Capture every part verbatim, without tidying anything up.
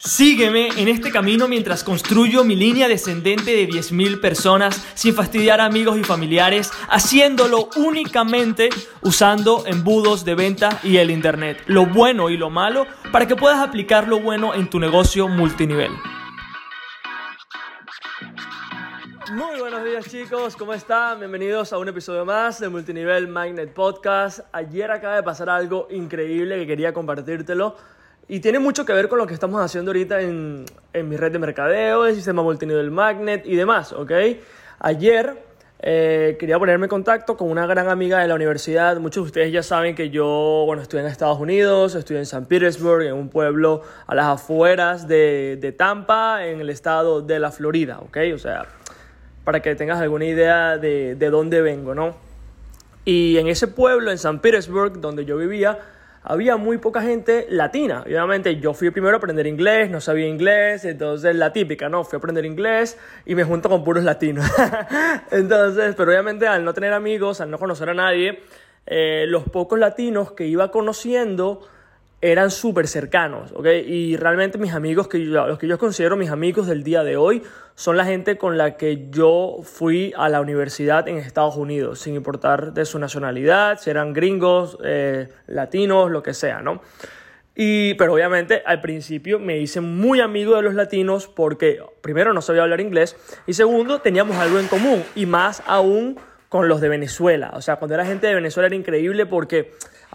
Sígueme en este camino mientras construyo mi línea descendente de diez mil personas sin fastidiar a amigos y familiares, haciéndolo únicamente usando embudos de venta y el internet, lo bueno y lo malo, para que puedas aplicar lo bueno en tu negocio multinivel. Muy buenos días, chicos, ¿cómo están? Bienvenidos a un episodio más de Multinivel Magnet Podcast. Ayer acaba de pasar algo increíble que quería compartírtelo. Y tiene mucho que ver con lo que estamos haciendo ahorita en, en mi red de mercadeo, el sistema multinivel Magnet y demás, ¿ok? Ayer eh, quería ponerme en contacto con una gran amiga de la universidad. Muchos de ustedes ya saben que yo, bueno, estudié en Estados Unidos, estudié en San Petersburg, en un pueblo a las afueras de, de Tampa, en el estado de la Florida, ¿ok? O sea, para que tengas alguna idea de, de dónde vengo, ¿no? Y en ese pueblo, en San Petersburg, donde yo vivía, había muy poca gente latina. Y obviamente yo fui primero a aprender inglés, no sabía inglés, entonces la típica, ¿no? Fui a aprender inglés y me junto con puros latinos. Entonces, pero obviamente al no tener amigos, al no conocer a nadie, eh, los pocos latinos que iba conociendo eran súper cercanos, ¿ok? Y realmente mis amigos, que yo, los que yo considero mis amigos del día de hoy, son la gente con la que yo fui a la universidad en Estados Unidos, sin importar de su nacionalidad, si eran gringos, eh, latinos, lo que sea, ¿no? Y, pero obviamente al principio me hice muy amigo de los latinos porque primero no sabía hablar inglés y segundo teníamos algo en común y más aún con los de Venezuela. O sea, cuando era gente de Venezuela era increíble porque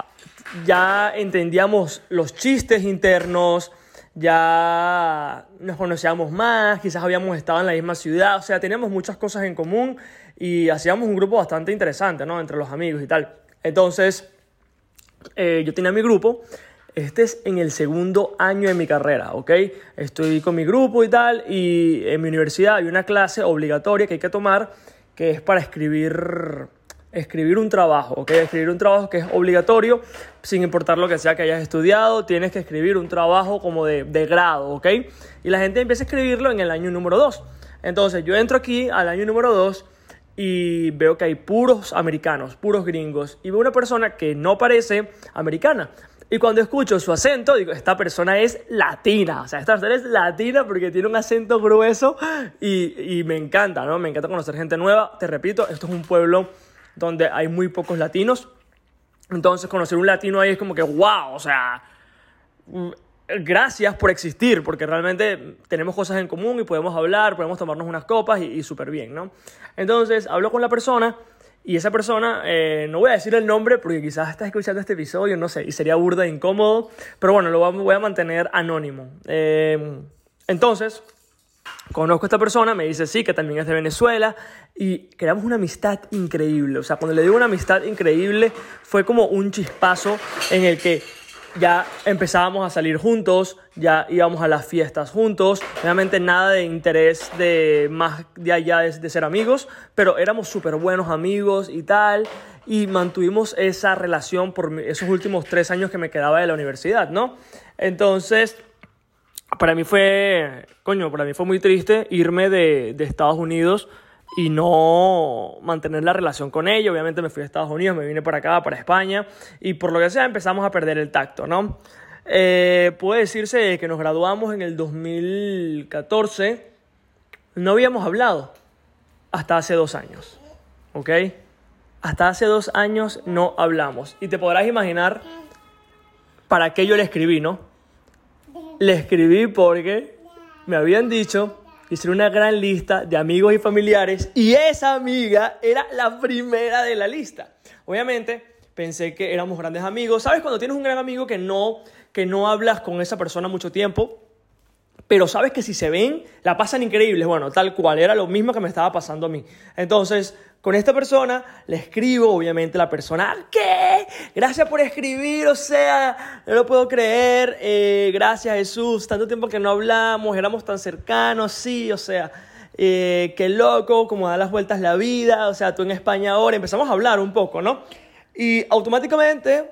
ya entendíamos los chistes internos, ya nos conocíamos más, quizás habíamos estado en la misma ciudad, o sea, teníamos muchas cosas en común y hacíamos un grupo bastante interesante, ¿no? Entre los amigos y tal. Entonces, eh, yo tenía mi grupo. Este es en el segundo año de mi carrera, ¿ok? Estoy con mi grupo y tal, y en mi universidad hay una clase obligatoria que hay que tomar, que es para escribir... escribir un trabajo, ¿ok? Escribir un trabajo que es obligatorio, sin importar lo que sea que hayas estudiado, tienes que escribir un trabajo como de, de grado, ¿ok? Y la gente empieza a escribirlo en el año número dos. Entonces yo entro aquí al año número dos y veo que hay puros americanos, puros gringos, y veo una persona que no parece americana. Y cuando escucho su acento, digo, esta persona es latina. O sea, esta persona es latina porque tiene un acento grueso y, y me encanta, ¿no? Me encanta conocer gente nueva. Te repito, esto es un pueblo donde hay muy pocos latinos. Entonces conocer un latino ahí es como que wow, o sea, gracias por existir, porque realmente tenemos cosas en común y podemos hablar, podemos tomarnos unas copas y, y súper bien, ¿no? Entonces hablo con la persona y esa persona, eh, no voy a decir el nombre porque quizás estás escuchando este episodio, no sé, y sería burda e incómodo, pero bueno, lo voy a mantener anónimo. Eh, entonces... Conozco a esta persona, me dice sí, que también es de Venezuela y creamos una amistad increíble. O sea, cuando le digo una amistad increíble, fue como un chispazo en el que ya empezábamos a salir juntos, ya íbamos a las fiestas juntos. Obviamente nada de interés de más de allá de, de ser amigos, pero éramos súper buenos amigos y tal. Y mantuvimos esa relación por esos últimos tres años que me quedaba de la universidad, ¿no? Entonces... Para mí fue, coño, para mí fue muy triste irme de, de Estados Unidos y no mantener la relación con ella. Obviamente me fui a Estados Unidos, me vine para acá, para España, y por lo que sea empezamos a perder el tacto, ¿no? Eh, puede decirse que nos graduamos en el dos mil catorce, no habíamos hablado hasta hace dos años, ¿ok? Hasta hace dos años no hablamos. Y te podrás imaginar para qué yo le escribí, ¿no? Le escribí porque me habían dicho que hiciera una gran lista de amigos y familiares y esa amiga era la primera de la lista. Obviamente pensé que éramos grandes amigos. ¿Sabes? Cuando tienes un gran amigo que no, que no hablas con esa persona mucho tiempo, pero sabes que si se ven, la pasan increíbles. Bueno, tal cual, era lo mismo que me estaba pasando a mí. Entonces, con esta persona le escribo, obviamente la persona, ¿qué? Gracias por escribir, o sea, no lo puedo creer. Eh, gracias, Jesús, tanto tiempo que no hablamos, éramos tan cercanos, sí, o sea, eh, qué loco, cómo da las vueltas la vida, o sea, tú en España ahora. Empezamos a hablar un poco, ¿no? Y automáticamente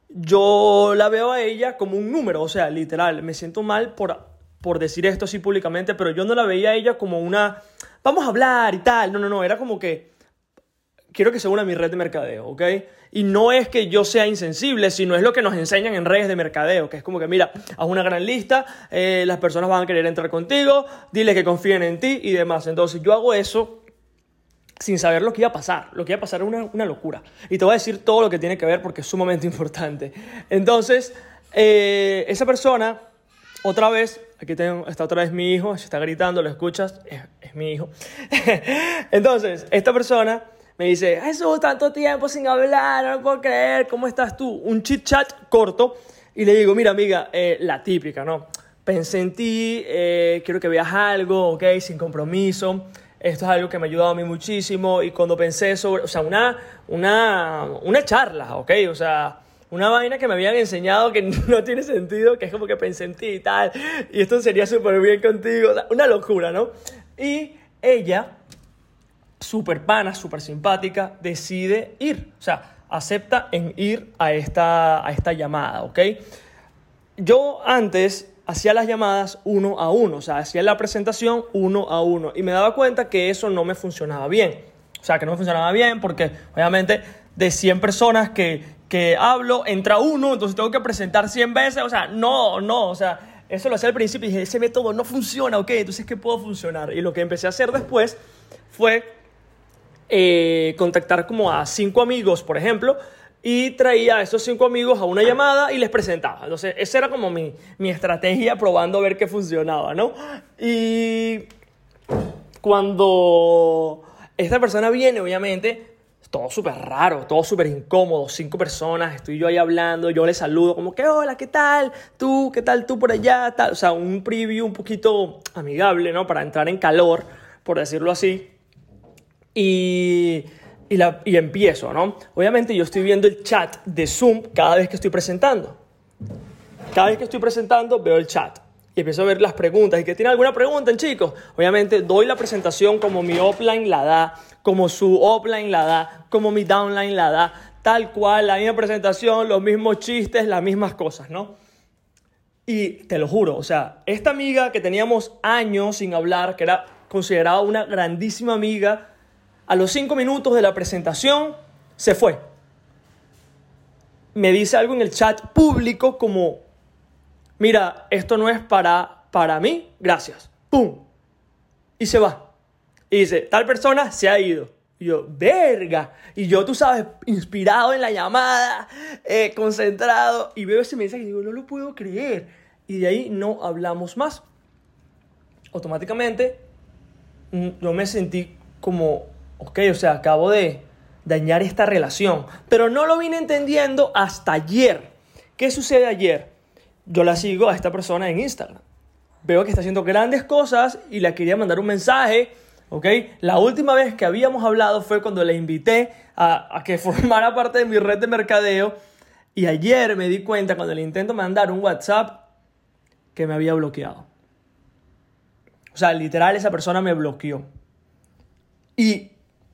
yo la veo a ella como un número, o sea, literal, me siento mal por... por decir esto así públicamente, pero yo no la veía a ella como una, vamos a hablar y tal, no, no, no, era como que quiero que se una a mi red de mercadeo, ¿ok? Y no es que yo sea insensible, sino es lo que nos enseñan en redes de mercadeo, que es como que, mira, haz una gran lista, eh, las personas van a querer entrar contigo, dile que confíen en ti y demás. Entonces yo hago eso sin saber lo que iba a pasar. Lo que iba a pasar era una, una locura. Y te voy a decir todo lo que tiene que ver porque es sumamente importante. Entonces, eh, esa persona, otra vez, aquí tengo, está otra vez mi hijo, se está gritando, lo escuchas, es, es mi hijo. Entonces, esta persona me dice, Jesús, tanto tiempo sin hablar, no lo puedo creer, ¿cómo estás tú? Un chit chat corto y le digo, mira amiga, eh, la típica, ¿no? Pensé en ti, eh, quiero que veas algo, ¿ok? Sin compromiso. Esto es algo que me ha ayudado a mí muchísimo y cuando pensé sobre, o sea, una, una, una charla, ¿ok? O sea, una vaina que me habían enseñado que no tiene sentido, que es como que pensé en ti y tal, y esto sería súper bien contigo, o sea, una locura, ¿no? Y ella, súper pana, súper simpática, decide ir, o sea, acepta en ir a esta, a esta llamada, ¿ok? Yo antes hacía las llamadas uno a uno, o sea, hacía la presentación uno a uno y me daba cuenta que eso no me funcionaba bien, o sea, que no me funcionaba bien porque obviamente de cien personas que, que hablo, entra uno, entonces tengo que presentar cien veces, o sea, no, no, o sea, eso lo hacía al principio y dije, ese método no funciona, ok, entonces ¿qué puedo funcionar? Y lo que empecé a hacer después fue Eh, contactar como a cinco amigos, por ejemplo, y traía a esos cinco amigos a una llamada y les presentaba. Entonces, esa era como mi, mi estrategia probando a ver qué funcionaba, ¿no? Y cuando esta persona viene, obviamente, todo súper raro, todo súper incómodo, cinco personas, estoy yo ahí hablando, yo le saludo como que, hola, ¿qué tal? ¿Tú? ¿Qué tal tú por allá? Tal. O sea, un preview un poquito amigable, ¿no? Para entrar en calor, por decirlo así. Y, y, la, y empiezo, ¿no? Obviamente yo estoy viendo el chat de Zoom cada vez que estoy presentando. Cada vez que estoy presentando veo el chat y empiezo a ver las preguntas. ¿Y que tiene alguna pregunta, chicos? Obviamente doy la presentación como mi offline la da, como su offline la da, como mi downline la da, tal cual, la misma presentación, los mismos chistes, las mismas cosas, ¿no? Y te lo juro, o sea, esta amiga que teníamos años sin hablar, que era considerada una grandísima amiga, a los cinco minutos de la presentación, se fue. Me dice algo en el chat público como, mira, esto no es para, para mí, gracias. ¡Pum! Y se va. Y dice, tal persona se ha ido. Y yo, verga. Y yo, tú sabes, inspirado en la llamada, eh, concentrado. Y veo ese mensaje y digo, no lo puedo creer. Y de ahí no hablamos más. Automáticamente, yo me sentí como, ok, o sea, acabo de dañar esta relación. Pero no lo vine entendiendo hasta ayer. ¿Qué sucede ayer? Yo la sigo a esta persona en Instagram. Veo que está haciendo grandes cosas y le quería mandar un mensaje, ¿ok? La última vez que habíamos hablado fue cuando le invité a, a que formara parte de mi red de mercadeo. Y ayer me di cuenta cuando le intento mandar un WhatsApp que me había bloqueado. O sea, literal, esa persona me bloqueó. Y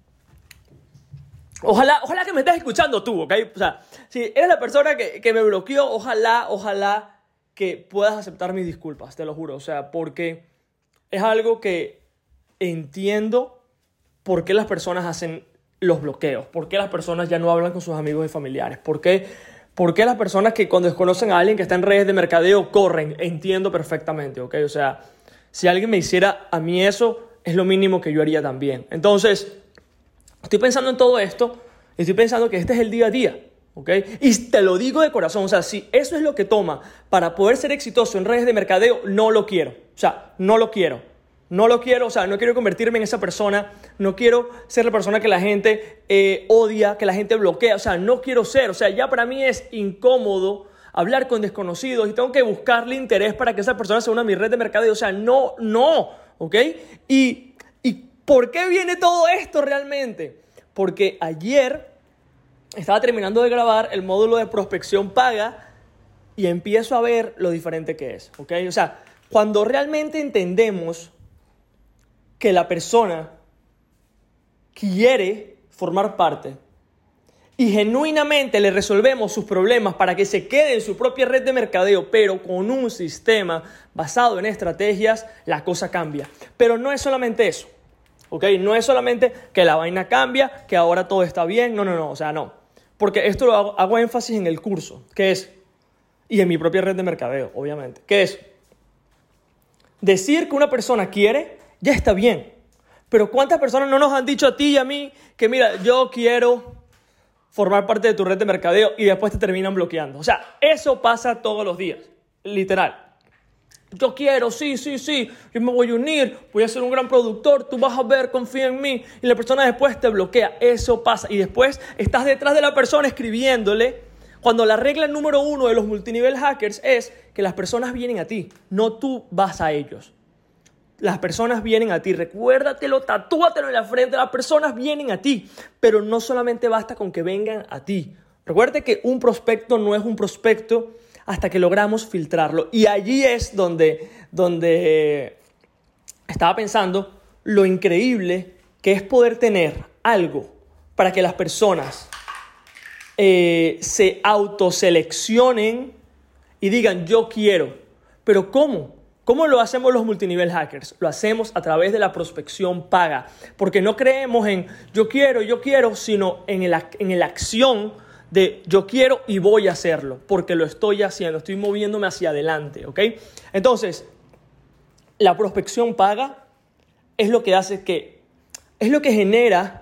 Ojalá, ojalá que me estés escuchando tú, ¿ok? O sea, si eres la persona que, que me bloqueó, ojalá, ojalá que puedas aceptar mis disculpas, te lo juro. O sea, porque es algo que entiendo por qué las personas hacen los bloqueos, por qué las personas ya no hablan con sus amigos y familiares, por qué, por qué las personas que cuando desconocen a alguien que está en redes de mercadeo corren, entiendo perfectamente, ¿ok? O sea, si alguien me hiciera a mí eso, es lo mínimo que yo haría también. Entonces, estoy pensando en todo esto y estoy pensando que este es el día a día, ¿ok? Y te lo digo de corazón, o sea, si eso es lo que toma para poder ser exitoso en redes de mercadeo, no lo quiero. O sea, no lo quiero. No lo quiero, o sea, no quiero convertirme en esa persona, no quiero ser la persona que la gente eh, odia, que la gente bloquea, o sea, no quiero ser, o sea, ya para mí es incómodo hablar con desconocidos y tengo que buscarle interés para que esa persona se una a mi red de mercadeo, o sea, no, no, ¿ok? Y, y ¿por qué viene todo esto realmente? Porque ayer estaba terminando de grabar el módulo de prospección paga y empiezo a ver lo diferente que es, ¿ok? O sea, cuando realmente entendemos que la persona quiere formar parte y genuinamente le resolvemos sus problemas para que se quede en su propia red de mercadeo, pero con un sistema basado en estrategias, la cosa cambia. Pero no es solamente eso. ¿ok? No es solamente que la vaina cambia, que ahora todo está bien, no, no, no, o sea, no. Porque esto lo hago, hago énfasis en el curso, que es, y en mi propia red de mercadeo, obviamente, que es, decir que una persona quiere, ya está bien. Pero ¿cuántas personas no nos han dicho a ti y a mí que mira, yo quiero formar parte de tu red de mercadeo y después te terminan bloqueando? O sea, eso pasa todos los días, literal. Yo quiero, sí, sí, sí, yo me voy a unir, voy a ser un gran productor, tú vas a ver, confía en mí. Y la persona después te bloquea, eso pasa. Y después estás detrás de la persona escribiéndole, cuando la regla número uno de los multinivel hackers es que las personas vienen a ti, no tú vas a ellos. Las personas vienen a ti, recuérdatelo, tatúatelo en la frente, las personas vienen a ti, pero no solamente basta con que vengan a ti. Recuerde que un prospecto no es un prospecto hasta que logramos filtrarlo. Y allí es donde, donde estaba pensando lo increíble que es poder tener algo para que las personas eh, se autoseleccionen y digan yo quiero. Pero ¿cómo? ¿Cómo lo hacemos los multinivel hackers? Lo hacemos a través de la prospección paga. Porque no creemos en yo quiero, yo quiero, sino en, el, en la acción de yo quiero y voy a hacerlo. Porque lo estoy haciendo, estoy moviéndome hacia adelante, ¿ok? Entonces, la prospección paga es lo que hace que, es lo que genera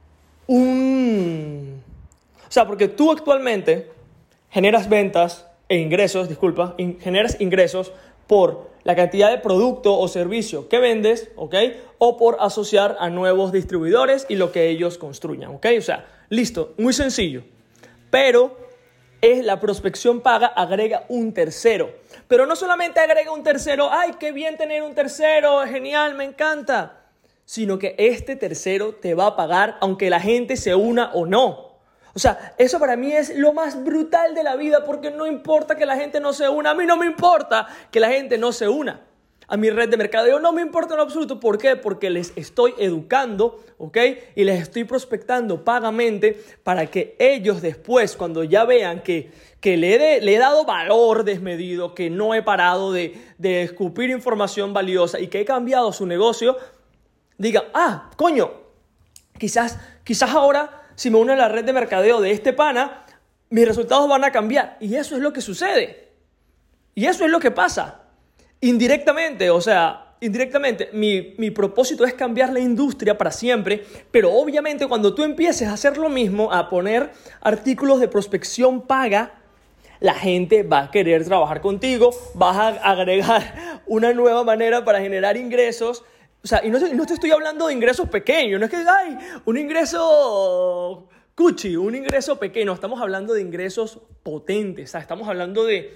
un... O sea, porque tú actualmente generas ventas e ingresos, disculpa, in, generas ingresos por la cantidad de producto o servicio que vendes, ¿ok? O por asociar a nuevos distribuidores y lo que ellos construyan, ¿ok? O sea, listo, muy sencillo. Pero es la prospección paga agrega un tercero. Pero no solamente agrega un tercero, ¡ay, qué bien tener un tercero! Genial, me encanta. Sino que este tercero te va a pagar aunque la gente se una o no. O sea, eso para mí es lo más brutal de la vida porque no importa que la gente no se una. A mí no me importa que la gente no se una. A mi red de mercadeo no me importa en lo absoluto. ¿Por qué? Porque les estoy educando, ¿ok? Y les estoy prospectando pagamente para que ellos después, cuando ya vean que, que le, de, le he dado valor desmedido, que no he parado de, de escupir información valiosa y que he cambiado su negocio, digan, ah, coño, quizás, quizás ahora... si me uno a la red de mercadeo de este pana, mis resultados van a cambiar. Y eso es lo que sucede. Y eso es lo que pasa. Indirectamente, o sea, indirectamente, mi, mi propósito es cambiar la industria para siempre. Pero obviamente cuando tú empieces a hacer lo mismo, a poner artículos de prospección paga, la gente va a querer trabajar contigo, vas a agregar una nueva manera para generar ingresos. O sea, y no, no te estoy hablando de ingresos pequeños, no es que hay un ingreso cuchi, un ingreso pequeño, estamos hablando de ingresos potentes, o sea, estamos hablando de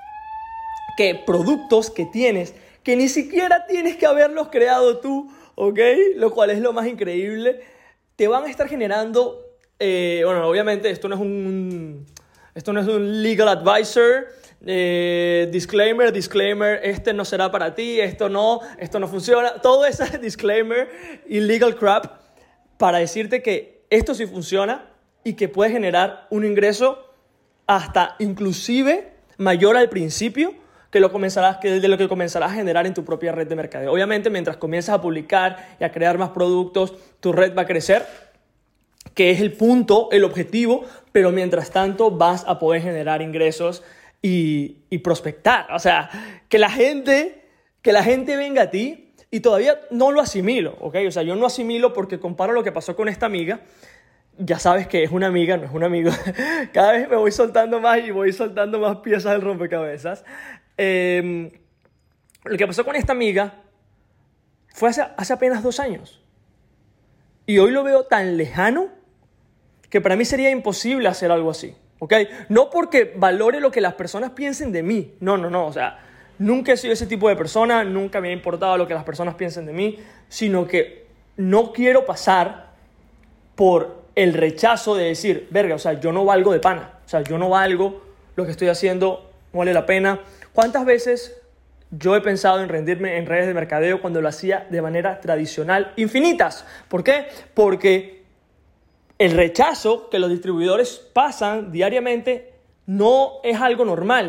que productos que tienes, que ni siquiera tienes que haberlos creado tú, ¿ok? Lo cual es lo más increíble, te van a estar generando, eh, bueno, obviamente esto no es un, esto no es un legal advisor, Eh, disclaimer, disclaimer, este no será para ti, esto no, esto no funciona, todo ese disclaimer y legal crap para decirte que esto sí funciona y que puede generar un ingreso hasta inclusive mayor al principio que, lo comenzarás, que de lo que comenzarás a generar en tu propia red de mercadeo. Obviamente mientras comienzas a publicar y a crear más productos, tu red va a crecer, que es el punto, el objetivo, pero mientras tanto vas a poder generar ingresos Y, y prospectar, o sea, que la gente, que la gente venga a ti y todavía no lo asimilo, ¿ok? O sea, yo no asimilo porque comparo lo que pasó con esta amiga, ya sabes que es una amiga, no es un amigo, cada vez me voy soltando más y voy soltando más piezas del rompecabezas. Eh, lo que pasó con esta amiga fue hace, hace apenas dos años y hoy lo veo tan lejano que para mí sería imposible hacer algo así. ¿Ok? No porque valore lo que las personas piensen de mí. No, no, no. O sea, nunca he sido ese tipo de persona. Nunca me ha importado lo que las personas piensen de mí. Sino que no quiero pasar por el rechazo de decir, verga, o sea, yo no valgo de pana. O sea, yo no valgo, lo que estoy haciendo no vale la pena. ¿Cuántas veces yo he pensado en rendirme en redes de mercadeo cuando lo hacía de manera tradicional? Infinitas. ¿Por qué? Porque el rechazo que los distribuidores pasan diariamente no es algo normal.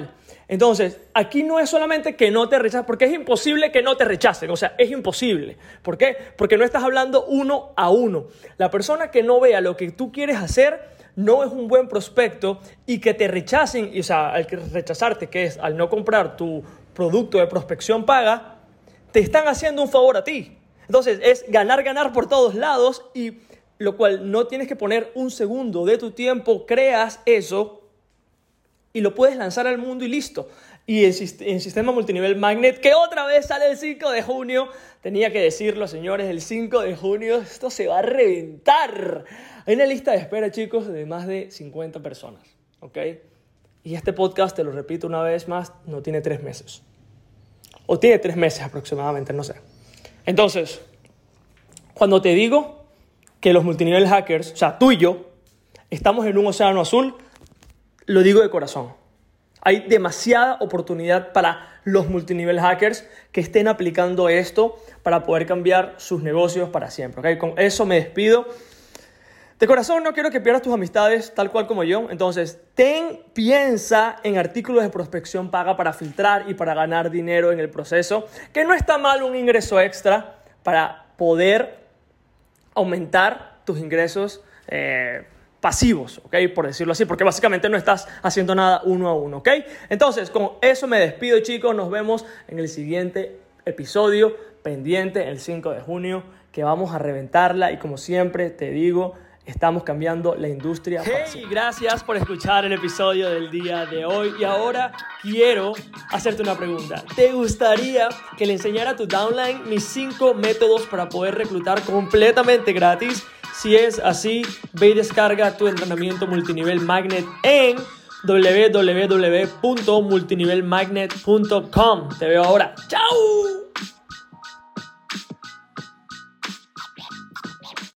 Entonces, aquí no es solamente que no te rechacen, porque es imposible que no te rechacen, o sea, es imposible. ¿Por qué? Porque no estás hablando uno a uno. La persona que no vea lo que tú quieres hacer no es un buen prospecto, y que te rechacen, o sea, al rechazarte, que es al no comprar tu producto de prospección paga, te están haciendo un favor a ti. Entonces, es ganar, ganar por todos lados, y lo cual no tienes que poner un segundo de tu tiempo, creas eso y lo puedes lanzar al mundo y listo. Y en, en Sistema Multinivel Magnet, que otra vez sale el cinco de junio, tenía que decirlo, señores, el cinco de junio esto se va a reventar. Hay una lista de espera, chicos, de más de cincuenta personas, ¿ok? Y este podcast, te lo repito una vez más, no tiene tres meses. O tiene tres meses aproximadamente, no sé. Entonces, cuando te digo que los multinivel hackers, o sea, tú y yo, estamos en un océano azul, lo digo de corazón. Hay demasiada oportunidad para los multinivel hackers que estén aplicando esto para poder cambiar sus negocios para siempre, ¿ok? Con eso me despido. De corazón, no quiero que pierdas tus amistades tal cual como yo. Entonces, ten, piensa en artículos de prospección paga para filtrar y para ganar dinero en el proceso. Que no está mal un ingreso extra para poder aumentar tus ingresos eh, pasivos, ¿ok? Por decirlo así, porque básicamente no estás haciendo nada uno a uno, ¿ok? Entonces, con eso me despido, chicos. Nos vemos en el siguiente episodio, pendiente el cinco de junio, que vamos a reventarla. Y como siempre te digo, estamos cambiando la industria. Hey, gracias por escuchar el episodio del día de hoy. Y ahora quiero hacerte una pregunta. ¿Te gustaría que le enseñara a tu downline mis cinco métodos para poder reclutar completamente gratis? Si es así, ve y descarga tu entrenamiento Multinivel Magnet en w w w punto multinivel magnet punto com. Te veo ahora. ¡Chao!